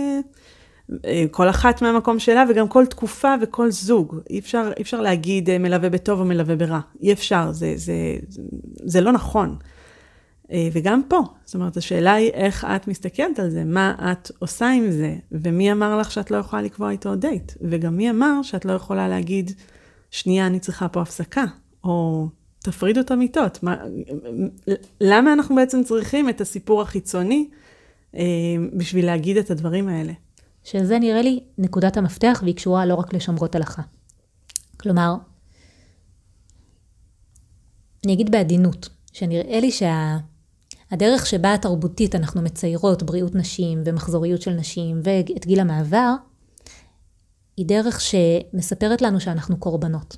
כל אחת מהמקום שלה, וגם כל תקופה וכל זוג. אי אפשר, אי אפשר להגיד מלווה בטוב או מלווה ברע. אי אפשר, זה, זה, זה, זה לא נכון. וגם פה, זאת אומרת, השאלה היא איך את מסתכלת על זה, מה את עושה עם זה, ומי אמר לך שאת לא יכולה לקבוע איתו דייט, וגם מי אמר שאת לא יכולה להגיד, שנייה, אני צריכה פה הפסקה, או תפרידו את המיטות. מה, למה אנחנו בעצם צריכים את הסיפור החיצוני, בשביל להגיד את הדברים האלה? שזה נראה לי נקודת המפתח, והיא קשורה לא רק לשומרות הלכה. כלומר, אני אגיד בעדינות, שנראה לי שהדרך שבה התרבותית אנחנו מציירות בריאות נשים ומחזוריות של נשים ואת גיל המעבר, היא דרך שמספרת לנו שאנחנו קורבנות.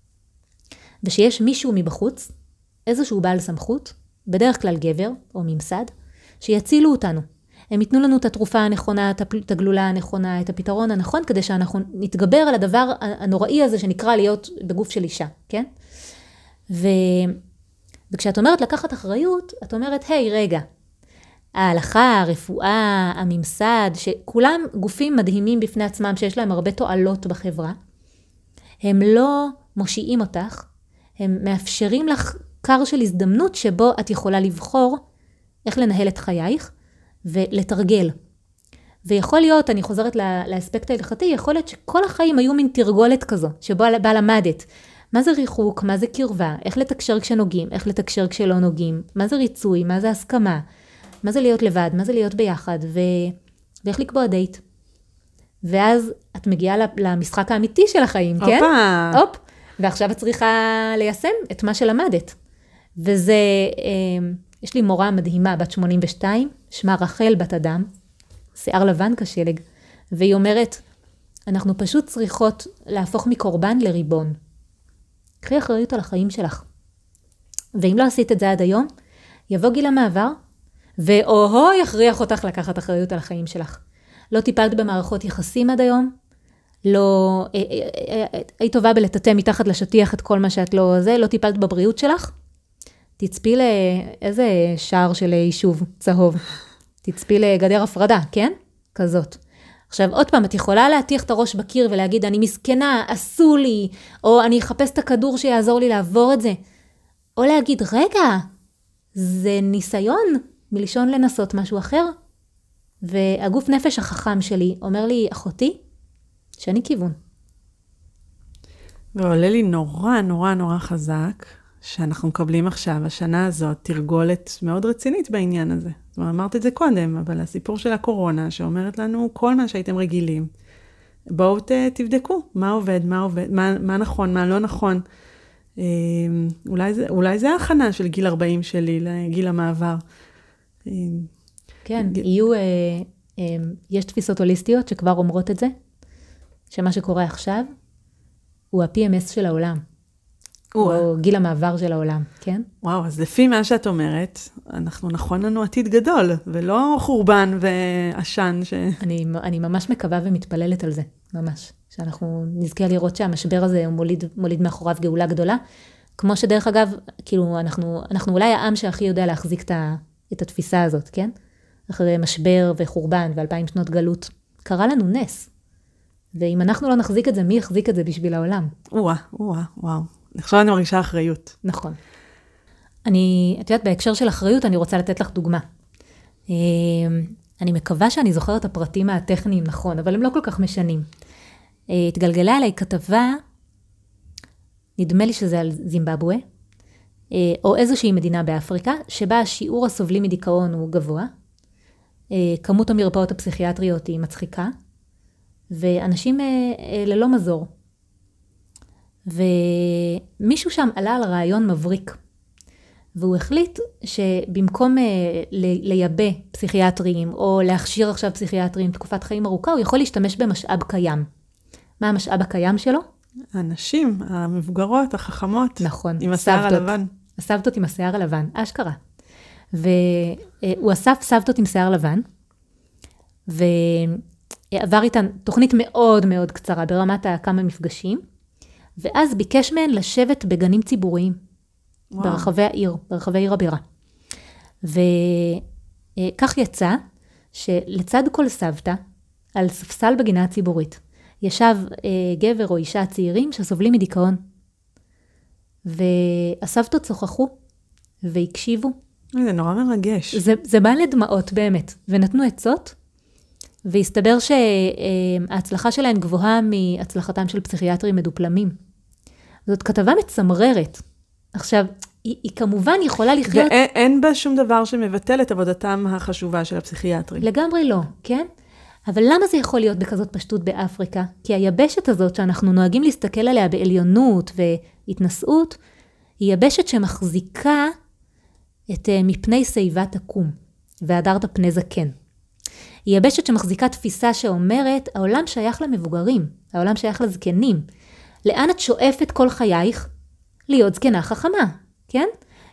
ושיש מישהו מבחוץ, איזשהו בעל סמכות, בדרך כלל גבר או ממסד, שיצילו אותנו. הם ייתנו לנו את התרופה הנכונה, את הגלולה הנכונה, את הפתרון הנכון, כדי שאנחנו נתגבר על הדבר הנוראי הזה שנקרא להיות בגוף של אישה, כן? ו... וכשאת אומרת לקחת אחריות, את אומרת, היי, רגע, ההלכה, הרפואה, הממסד, שכולם גופים מדהימים בפני עצמם, שיש להם הרבה תועלות בחברה, הם לא מושיעים אותך, הם מאפשרים לך קר של הזדמנות שבו את יכולה לבחור איך לנהל את חייך, ולתרגל. ויכול להיות, אני חוזרת לאספקט ההלכתי, יכול להיות שכל החיים היו מין תרגולת כזו, שבו בה למדת. מה זה ריחוק, מה זה קרבה, איך לתקשר כשנוגעים, איך לתקשר כשלא נוגעים, מה זה ריצוי, מה זה הסכמה, מה זה להיות לבד, מה זה להיות ביחד, ו... ואיך לקבוע דייט. ואז את מגיעה למשחק האמיתי של החיים, כן? אופה. אופ. ועכשיו את צריכה ליישם את מה שלמדת. וזה... יש לי מורה מדהימה, בת שמונים ושתיים, שמה רחל בת אדם, שיער לבן כשלג, והיא אומרת, אנחנו פשוט צריכות להפוך מקורבן לריבון. קחי אחריות על החיים שלך. ואם לא עשית את זה עד היום, יבוא גיל המעבר, ואוהו יכריח אותך לקחת אחריות על החיים שלך. לא טיפלת במערכות יחסים עד היום, לא, היית טובה בלטאטא מתחת לשטיח את כל מה שאת לא זה, לא טיפלת בבריאות שלך, תצפי לאיזה שער של יישוב צהוב. תצפי לגדר הפרדה, כן? כזאת. עכשיו, עוד פעם, את יכולה להתיח את הראש בקיר ולהגיד, אני מסכנה, עשו לי, או אני אחפש את הכדור שיעזור לי לעבור את זה. או להגיד, רגע, זה ניסיון מלשון לנסות משהו אחר. והגוף נפש החכם שלי אומר לי, אחותי, שאני כיוון. ועולה לי נורא נורא נורא חזק, שאנחנו מקבלים עכשיו, השנה הזאת, תרגולת מאוד רצינית בעניין הזה. זאת אומרת, אמרת את זה קודם, אבל הסיפור של הקורונה, שאומרת לנו כל מה שהייתם רגילים, בואו תבדקו מה עובד, מה עובד, מה, מה נכון, מה לא נכון. אולי זה, אולי זה ההכנה של גיל ארבעים שלי, לגיל המעבר. כן, יהיו, יש תפיסות הוליסטיות שכבר אומרות את זה, שמה שקורה עכשיו, הוא ה-פי אם אס של העולם. או גיל המעבר של העולם, כן? וואו, אז לפי מה שאת אומרת, אנחנו נכון לנו עתיד גדול, ולא חורבן ועשן ש... אני, אני ממש מקווה ומתפללת על זה, ממש. שאנחנו נזכה לראות שהמשבר הזה הוא מוליד, מוליד מאחוריו גאולה גדולה. כמו שדרך אגב, כאילו, אנחנו, אנחנו אולי העם שהכי יודע להחזיק את, ה, את התפיסה הזאת, כן? אחרי משבר וחורבן ואלפיים שנות גלות. קרה לנו נס. ואם אנחנו לא נחזיק את זה, מי יחזיק את זה בשביל העולם? וואה, וואה, וואו. עכשיו אני מרגישה אחריות. נכון. אני, את יודעת, בהקשר של אחריות, אני רוצה לתת לך דוגמה. אני מקווה שאני זוכרת את הפרטים הטכניים נכון, אבל הם לא כל כך משנים. התגלגלה עליי כתבה, נדמה לי שזה על זימבבואה, או איזושהי מדינה באפריקה, שבה השיעור הסובלים מדיכאון הוא גבוה, כמות המרפאות הפסיכיאטריות היא מצחיקה, ואנשים ללא מזור. ומישהו שם עלה על רעיון מבריק, והוא החליט שבמקום לייבא פסיכיאטרים, או להכשיר עכשיו פסיכיאטרים תקופת חיים ארוכה, הוא יכול להשתמש במשאב קיים. מה המשאב הקיים שלו? הנשים, המבוגרות, החכמות. נכון. עם השיער הלבן. הסבתות עם השיער הלבן, אשכרה. והוא אסף סבתות עם שיער לבן, ועבר איתן תוכנית מאוד מאוד קצרה, ברמת כמה מפגשים, ואז ביקש מהן לשבת בגנים ציבוריים, וואו. ברחבי העיר, ברחבי עיר הבירה. וכך יצא שלצד כל סבתא, על ספסל בגינה הציבורית, ישב גבר או אישה צעירים שסובלים מדיכאון. והסבתות צוחחו והקשיבו. זה נורא מרגש. זה, זה בא לדמעות באמת, ונתנו עצות, והסתבר שההצלחה שלהן גבוהה מהצלחתם של פסיכיאטרים מדופלמים. זאת כתבה מצמררת. עכשיו, היא, היא כמובן יכולה לחיות... ואין בה שום דבר שמבטל את עבודתם החשובה של הפסיכיאטרים. לגמרי לא, כן? אבל למה זה יכול להיות בכזאת פשטות באפריקה? כי היבשת הזאת שאנחנו נוהגים להסתכל עליה בעליונות והתנסות, היא יבשת שמחזיקה את מפני שיבה תקום, והדרת פני זקן. היא יבשת שמחזיקה תפיסה שאומרת, העולם שייך למבוגרים, העולם שייך לזקנים. לאן את שואפת כל חייך? להיות זקנה חכמה, כן?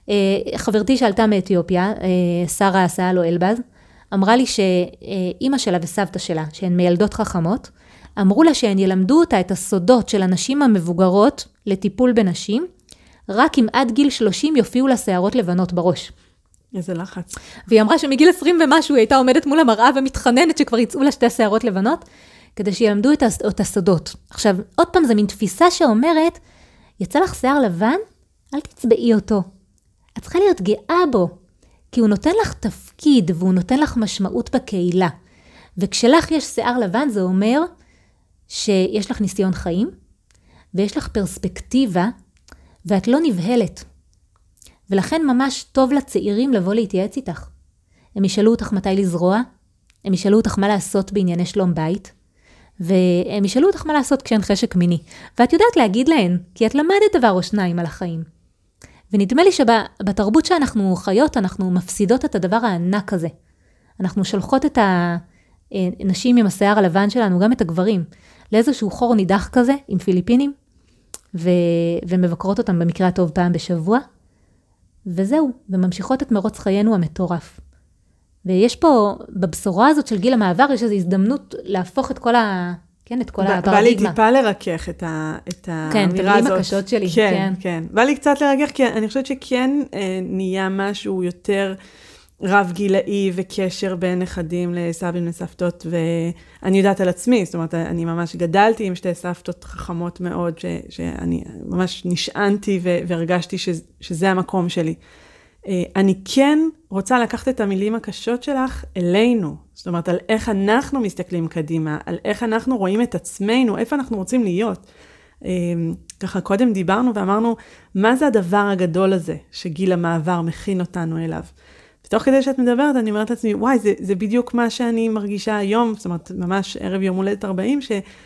חברתי שעלתה מאתיופיה, שרה סאלו אלבז, אמרה לי שאימא שלה וסבתא שלה, שהן מילדות חכמות, אמרו לה שהן ילמדו אותה את הסודות של הנשים המבוגרות לטיפול בנשים, רק אם עד גיל שלושים יופיעו לה שערות לבנות בראש. איזה לחץ. והיא אמרה שמגיל עשרים ומשהו היא הייתה עומדת מול המראה ומתחננת שכבר יצאו לה שתי שערות לבנות, כדי שילמדו את הסודות. עכשיו, עוד פעם, זה מין תפיסה שאומרת, יצא לך שיער לבן? אל תצבעי אותו. את צריכה להיות גאה בו, כי הוא נותן לך תפקיד, והוא נותן לך משמעות בקהילה. וכשלך יש שיער לבן, זה אומר שיש לך ניסיון חיים, ויש לך פרספקטיבה, ואת לא נבהלת. ולכן ממש טוב לצעירים לבוא להתייעץ איתך. הם ישאלו אותך מתי לזרוע, הם ישאלו אותך מה לעשות בענייני שלום בית, והם ישאלו אותך מה לעשות כשאין חשק מיני. ואת יודעת להגיד להן, כי את למדת דבר או שניים על החיים. ונדמה לי שבתרבות שאנחנו חיות, אנחנו מפסידות את הדבר הענק הזה. אנחנו שולחות את הנשים עם השיער הלבן שלנו, גם את הגברים, לאיזשהו חור נידח כזה, עם פיליפינים, ו... ומבקרות אותם במקרה הטוב פעם בשבוע, וזהו, וממשיכות את מרוץ חיינו המטורף. ויש פה, בבשורה הזאת של גיל המעבר, יש איזו הזדמנות להפוך את כל ה... כן, את כל הפרדיגמה. בא לי טיפה לרכך את האמירה הזאת. כן, את המילים הקשות שלי. כן, כן, כן. בא לי קצת לרכך, כי אני חושבת שכן נהיה משהו יותר רב גילאי וקשר בין נכדים לסבים לסבתות, ואני יודעת על עצמי, זאת אומרת, אני ממש גדלתי עם שתי סבתות חכמות מאוד, ש, שאני ממש נשענתי והרגשתי שזה המקום שלי. אני כן רוצה לקחת את המילים הקשות שלך אלינו, זאת אומרת, על איך אנחנו מסתכלים קדימה, על איך אנחנו רואים את עצמנו, איפה אנחנו רוצים להיות. ככה קודם דיברנו ואמרנו, מה זה הדבר הגדול הזה שגיל המעבר מכין אותנו אליו? ותוך כדי שאת מדברת, אני אומרת לעצמי, וואי, זה, זה בדיוק מה שאני מרגישה היום, זאת אומרת, ממש ערב יום הולדת ארבעים,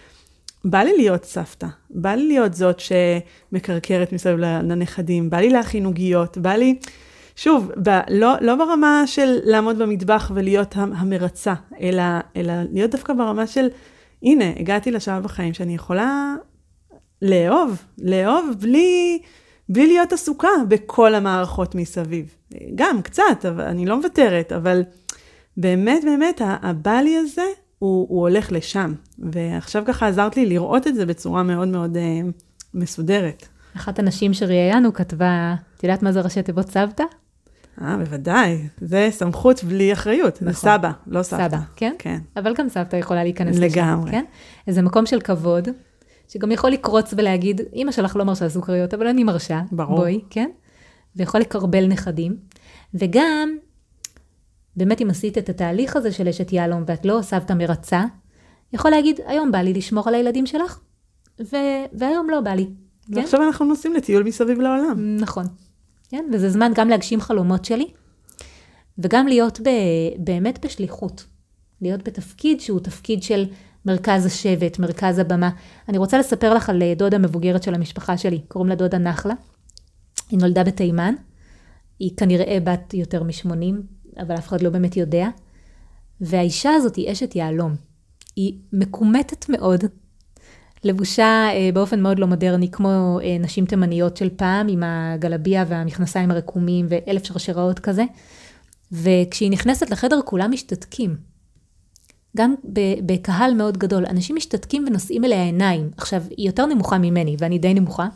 שבא לי להיות סבתא, בא לי להיות זאת שמקרקרת מסביב לנכדים, בא לי להכין עוגיות, בא לי... שוב, ב, לא, לא ברמה של לעמוד במטבח ולהיות המרצה, אלא, אלא להיות דווקא ברמה של, הנה, הגעתי לשלב בחיים שאני יכולה לאהוב, לאהוב בלי, בלי להיות עסוקה בכל המערכות מסביב. גם קצת, אבל אני לא מוותרת, אבל באמת, באמת, הבעלי הזה, הוא, הוא הולך לשם. ועכשיו ככה עזרת לי לראות את זה בצורה מאוד מאוד אה, מסודרת. אחת הנשים שראיינו כתבה, את יודעת מה זה ראשי תיבות סבתא? אה, בוודאי. זה סמכות בלי אחריות. נכון. זה סבא, לא סבתא. סבא, כן? כן. אבל גם סבתא יכולה להיכנס לגמרי. לשם. לגמרי. כן? איזה מקום של כבוד, שגם יכול לקרוץ ולהגיד, אמא שלך לא מרשה סוכריות, אבל אני מרשה. ברור. בואי, כן? ויכול לקרבל נכדים. וגם, באמת אם עשית את התהליך הזה של אשת יהלום, ואת לא סבתא מרצה, יכול להגיד, היום בא לי לשמור על הילדים שלך, ו... והיום לא בא לי. כן? ועכשיו אנחנו נוסעים לטיול מסביב לעולם. נכון. כן? וזה זמן גם להגשים חלומות שלי, וגם להיות ב... באמת בשליחות. להיות בתפקיד שהוא תפקיד של מרכז השבט, מרכז הבמה. אני רוצה לספר לך על דודה מבוגרת של המשפחה שלי, קוראים לה דודה נחלה. היא נולדה בתימן, היא כנראה בת יותר משמונים, אבל אף אחד לא באמת יודע. והאישה הזאת היא אשת יהלום. היא מקומטת מאוד, לבושה באופן מאוד לא מודרני, כמו נשים תימניות של פעם, עם הגלביה והמכנסיים הרקומים ואלף שרשראות כזה. וכשהיא נכנסת לחדר כולם משתתקים. גם בקהל מאוד גדול, אנשים משתתקים ונושאים אליה עיניים. עכשיו, היא יותר נמוכה ממני, ואני די נמוכה.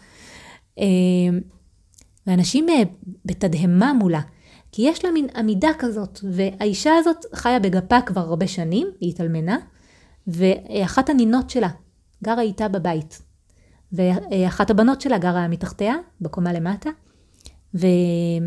ואנשים בתדהמה מולה, כי יש לה מין עמידה כזאת, והאישה הזאת חיה בגפה כבר הרבה שנים, היא התאלמנה, ואחת הנינות שלה גרה איתה בבית, ואחת הבנות שלה גרה מתחתיה, בקומה למטה, והיא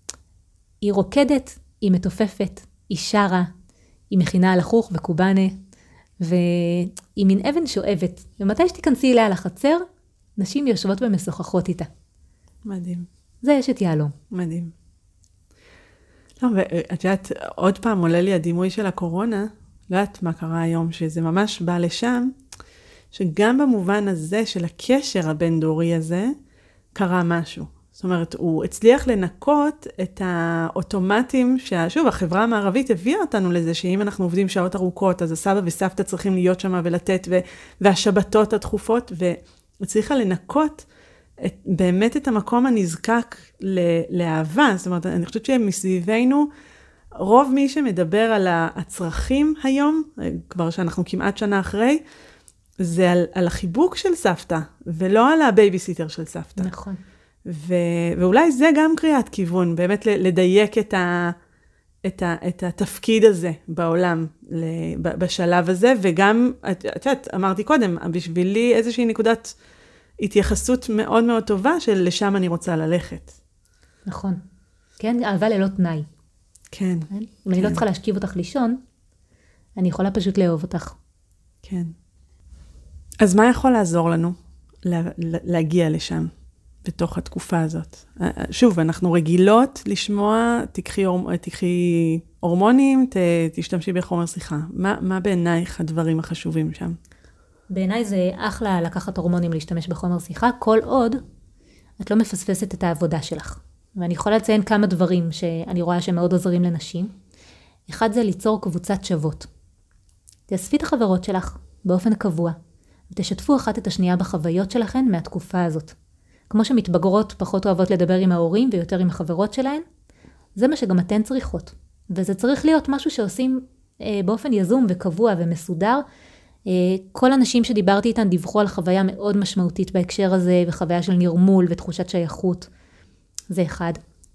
רוקדת, היא מתופפת, היא שרה, היא מכינה על החוך וקובנה, והיא מין אבן שואבת, ומתי שתיכנסי אליה לחצר, נשים יושבות ומשוחחות איתה. מדהים. זה אשת יהלום. מדהים. לא, ואת יודעת, עוד פעם עולה לי הדימוי של הקורונה, לא יודעת מה קרה היום, שזה ממש בא לשם, שגם במובן הזה של הקשר הבין-דורי הזה, קרה משהו. זאת אומרת, הוא הצליח לנקות את האוטומטים, ששוב, החברה המערבית הביאה אותנו לזה, שאם אנחנו עובדים שעות ארוכות, אז הסבא וסבתא צריכים להיות שם ולתת, והשבתות התכופות, והצליחה לנקות את, באמת את המקום הנזקק לאהבה. זאת אומרת, אני חושבת שמסביבנו, רוב מי שמדבר על הצרכים היום, כבר שאנחנו כמעט שנה אחרי, זה על, על החיבוק של סבתא, ולא על הבייביסיטר של סבתא. נכון. ו, ואולי זה גם קריאת כיוון, באמת לדייק את, ה, את, ה, את התפקיד הזה בעולם, בשלב הזה, וגם, את יודעת, אמרתי קודם, בשבילי איזושהי נקודת התייחסות מאוד מאוד טובה, של לשם אני רוצה ללכת. נכון. כן, אהבה ללא תנאי. כן. כן? אם אני לא צריכה להשכיב אותך לישון, אני יכולה פשוט לאהוב אותך. כן. אז מה יכול לעזור לנו להגיע לשם, בתוך התקופה הזאת? שוב, אנחנו רגילות לשמוע, תקחי, תקחי הורמונים, ת, תשתמשי בחומר שיחה. מה, מה בעינייך הדברים החשובים שם? בעיניי זה אחלה לקחת הורמונים להשתמש בחומר שיחה, כל עוד את לא מפספסת את העבודה שלך. ואני יכולה לציין כמה דברים שאני רואה שמאוד עוזרים לנשים. אחד זה ליצור קבוצת שוות. תאספי את החברות שלך באופן קבוע, ותשתפו אחת את השנייה בחוויות שלכן מהתקופה הזאת. כמו שמתבגרות פחות אוהבות לדבר עם ההורים ויותר עם החברות שלהן, זה מה שגם אתן צריכות. וזה צריך להיות משהו שעושים אה, באופן יזום וקבוע ומסודר. אה, כל הנשים שדיברתי איתן דיווחו על חוויה מאוד משמעותית בהקשר הזה, וחוויה של נרמול ותחושת שייכות. זה אחד.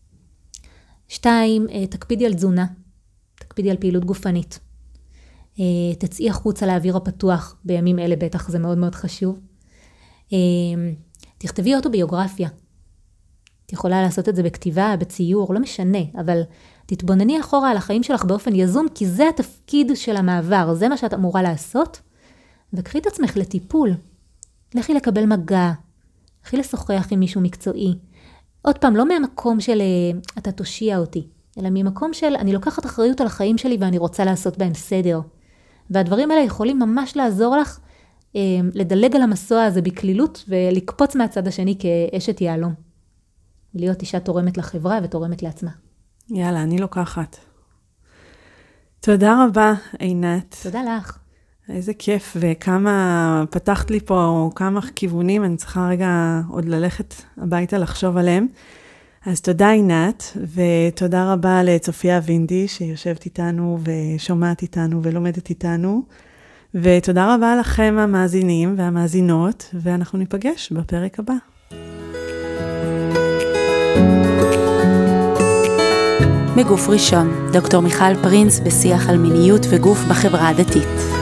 שתיים, אה, תקפידי על תזונה. תקפידי על פעילות גופנית. אה, תצאי החוצה לאוויר הפתוח, בימים אלה בטח זה מאוד מאוד חשוב. אה, תכתבי אוטוביוגרפיה. את יכולה לעשות את זה בכתיבה, בציור, לא משנה, אבל תתבונני אחורה על החיים שלך באופן יזום, כי זה התפקיד של המעבר, זה מה שאת אמורה לעשות, וקחי את עצמך לטיפול. לכי לקבל מגע, לכי לשוחח עם מישהו מקצועי. עוד פעם, לא מהמקום של אתה תושיע אותי, אלא ממקום של אני לוקחת אחריות על החיים שלי ואני רוצה לעשות בהם סדר. והדברים האלה יכולים ממש לעזור לך לדלג על המסוע הזה בכלילות ולקפוץ מהצד השני כאשת יהלום. להיות אישה תורמת לחברה ותורמת לעצמה. יאללה, אני לוקחת. תודה רבה, עינת. תודה לך. איזה כיף, וכמה פתחת לי פה, כמה כיוונים, אני צריכה רגע עוד ללכת הביתה לחשוב עליהם. אז תודה עינת, ותודה רבה לצופיה וינדי, שיושבת איתנו ושומעת איתנו ולומדת איתנו. ותודה רבה לכם המאזינים והמאזינות, ואנחנו ניפגש בפרק הבא. בגוף ראשון, דוקטור מיכל פרינס בשיח על מיניות וגוף בחברה הדתית.